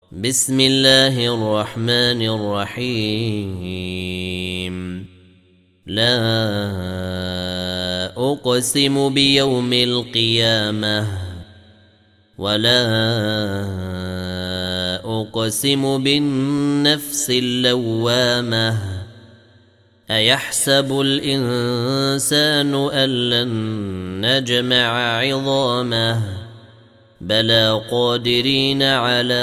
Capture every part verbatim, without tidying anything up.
بسم الله الرحمن الرحيم. لا أقسم بيوم القيامة ولا أقسم بالنفس اللوامة. أيحسب الإنسان أن لن نجمع عظامه بلى قادرين على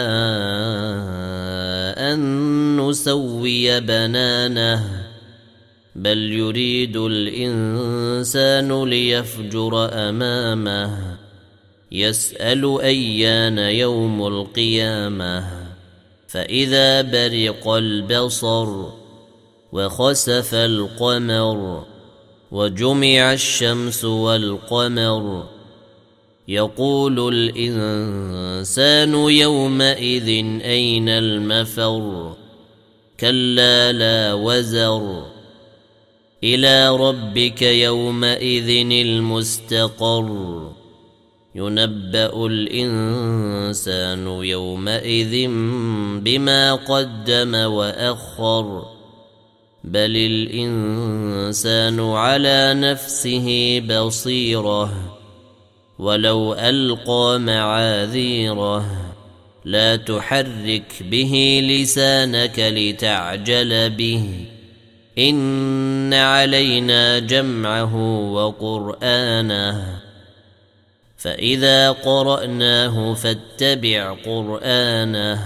أن نسوي بنانه بل يريد الإنسان ليفجر أمامه يسأل أيان يوم القيامة. فإذا برق البصر وخسف القمر وجمع الشمس والقمر يقول الإنسان يومئذ أين المفر. كلا لا وزر إلى ربك يومئذ المستقر. ينبأ الإنسان يومئذ بما قدم وأخر بل الإنسان على نفسه بصيرة ولو ألقى معاذيره. لا تحرك به لسانك لتعجل به إن علينا جمعه وقرآنه فإذا قرأناه فاتبع قرآنه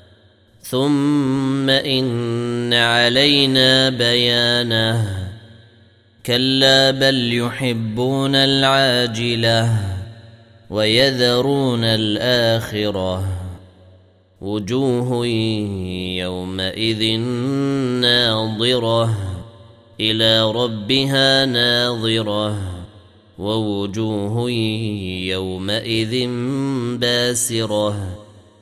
ثم إن علينا بيانه. كلا بل يحبون العاجلة ويذرون الآخرة. وجوه يومئذ ناظرة إلى ربها ناظرة ووجوه يومئذ باسرة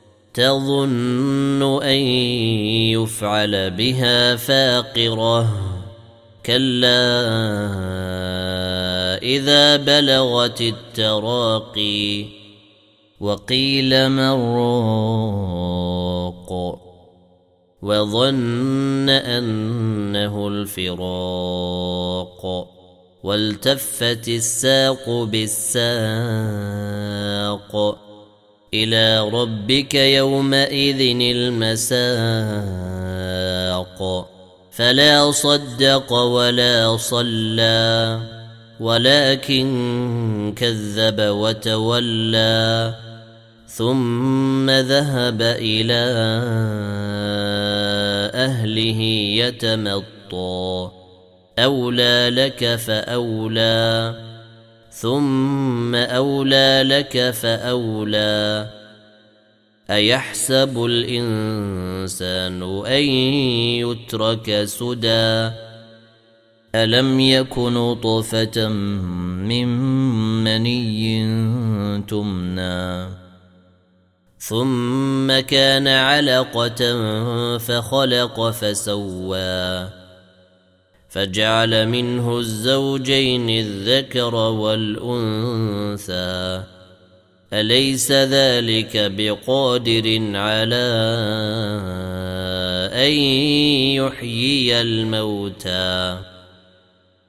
تظن أن يفعل بها فاقرة. كلا إذا بلغت التراقي وقيل من راق وظن أنه الفراق والتفت الساق بالساق إلى ربك يومئذ المساق. فلا صدق ولا صلى ولكن كذب وتولى ثم ذهب إلى أهله يتمطى. أولى لك فأولى ثم أولى لك فأولى. أيحسب الإنسان أن يترك سدى ألم يك نطفة من مني تمنى ثم كان علقة فخلق فسوى فجعل منه الزوجين الذكر والأنثى. أليس ذلك بقادر على أن يحيي الموتى